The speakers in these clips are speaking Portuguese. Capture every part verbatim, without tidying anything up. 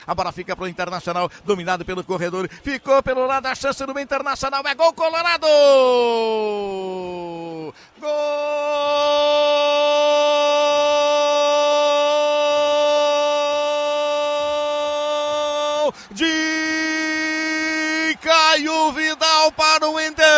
A bola fica pro Internacional, dominado pelo corredor. Ficou pelo lado, a chance do Internacional. É gol Colorado! Gol de Caio Vidal para o Inter.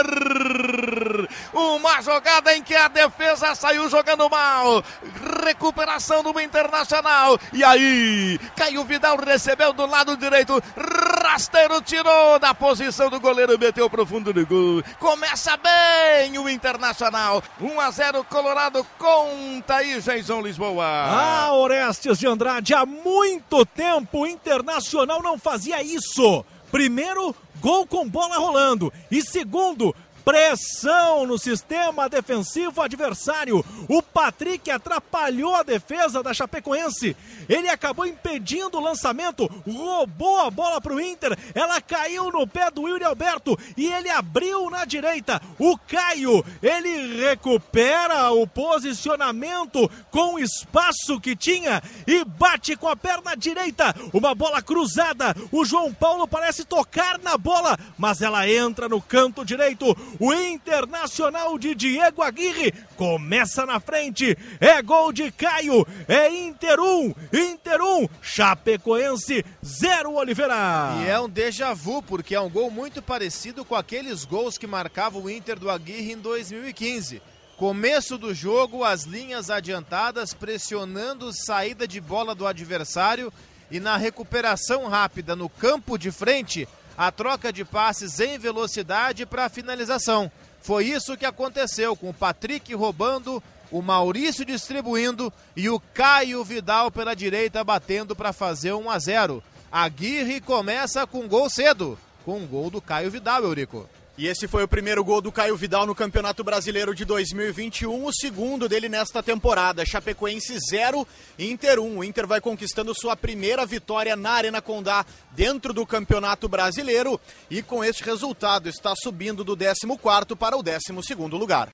Uma jogada em que a defesa saiu jogando mal. Recuperação do Internacional. E aí, Caio Vidal recebeu do lado direito. Rasteiro tirou da posição do goleiro, meteu pro fundo do gol. Começa bem o Internacional. um a zero Colorado, conta aí, Jason Lisboa. Ah, Orestes de Andrade, há muito tempo o Internacional não fazia isso. Primeiro, gol com bola rolando. E segundo, pressão no sistema defensivo adversário. O Patrick atrapalhou a defesa da Chapecoense. Ele acabou impedindo o lançamento, roubou a bola para o Inter. Ela caiu no pé do Yuri Alberto e ele abriu na direita. O Caio, ele recupera o posicionamento com o espaço que tinha e bate com a perna direita. Uma bola cruzada. O João Paulo parece tocar na bola, mas ela entra no canto direito. O Internacional de Diego Aguirre começa na frente. É gol de Caio. É Inter um, Inter um, Chapecoense zero, Oliveira. E é um déjà vu, porque é um gol muito parecido com aqueles gols que marcavam o Inter do Aguirre em dois mil e quinze. Começo do jogo, as linhas adiantadas pressionando saída de bola do adversário e na recuperação rápida no campo de frente, a troca de passes em velocidade para a finalização. Foi isso que aconteceu com o Patrick roubando, o Maurício distribuindo e o Caio Vidal pela direita batendo para fazer um a zero. Aguirre começa com gol cedo, com um gol do Caio Vidal, Eurico. E esse foi o primeiro gol do Caio Vidal no Campeonato Brasileiro de dois mil e vinte e um, o segundo dele nesta temporada. Chapecoense zero, Inter um. O Inter vai conquistando sua primeira vitória na Arena Condá dentro do Campeonato Brasileiro e com este resultado está subindo do décimo quarto para o décimo segundo lugar.